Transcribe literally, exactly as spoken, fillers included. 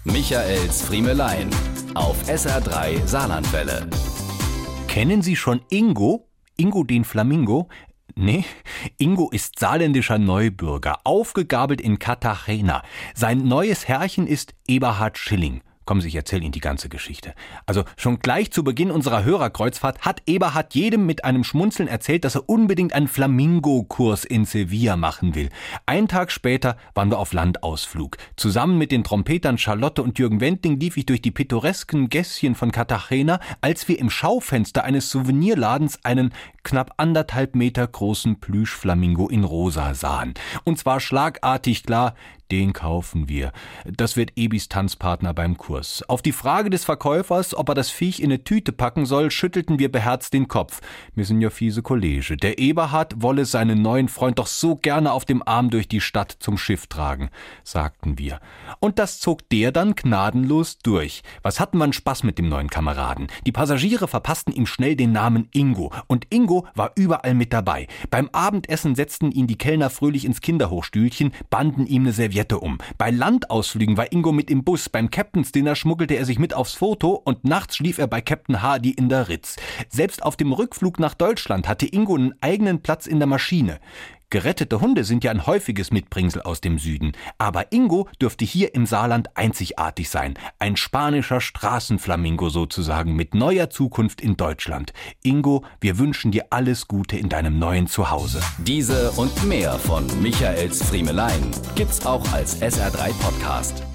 Michaels Friemelein auf S R drei Saarlandwelle. Kennen Sie schon Ingo? Ingo den Flamingo? Nee, Ingo ist saarländischer Neubürger, aufgegabelt in Cartagena. Sein neues Herrchen ist Eberhard Schilling. Kommen Sie, ich erzähle Ihnen die ganze Geschichte. Also schon gleich zu Beginn unserer Hörerkreuzfahrt hat Eberhard jedem mit einem Schmunzeln erzählt, dass er unbedingt einen Flamingo-Kurs in Sevilla machen will. Einen Tag später waren wir auf Landausflug. Zusammen mit den Trompetern Charlotte und Jürgen Wendling lief ich durch die pittoresken Gässchen von Cartagena, als wir im Schaufenster eines Souvenirladens einen knapp anderthalb Meter großen Plüschflamingo in rosa sahen. Und zwar schlagartig klar, den kaufen wir. Das wird Ebis Tanzpartner beim Kurs. Auf die Frage des Verkäufers, ob er das Viech in eine Tüte packen soll, schüttelten wir beherzt den Kopf. Wir sind ja fiese Kollege. Der Eberhard wolle seinen neuen Freund doch so gerne auf dem Arm durch die Stadt zum Schiff tragen, sagten wir. Und das zog der dann gnadenlos durch. Was hatten wir einen Spaß mit dem neuen Kameraden. Die Passagiere verpassten ihm schnell den Namen Ingo. Und Ingo war überall mit dabei. Beim Abendessen setzten ihn die Kellner fröhlich ins Kinderhochstühlchen, banden ihm eine Serviette um. Bei Landausflügen war Ingo mit im Bus, beim Captain's Dinner schmuggelte er sich mit aufs Foto und nachts schlief er bei Captain Hardy in der Ritz. Selbst auf dem Rückflug nach Deutschland hatte Ingo einen eigenen Platz in der Maschine. Gerettete Hunde sind ja ein häufiges Mitbringsel aus dem Süden. Aber Ingo dürfte hier im Saarland einzigartig sein. Ein spanischer Straßenflamingo sozusagen mit neuer Zukunft in Deutschland. Ingo, wir wünschen dir alles Gute in deinem neuen Zuhause. Diese und mehr von Michaels Friemelein gibt's auch als S R drei Podcast.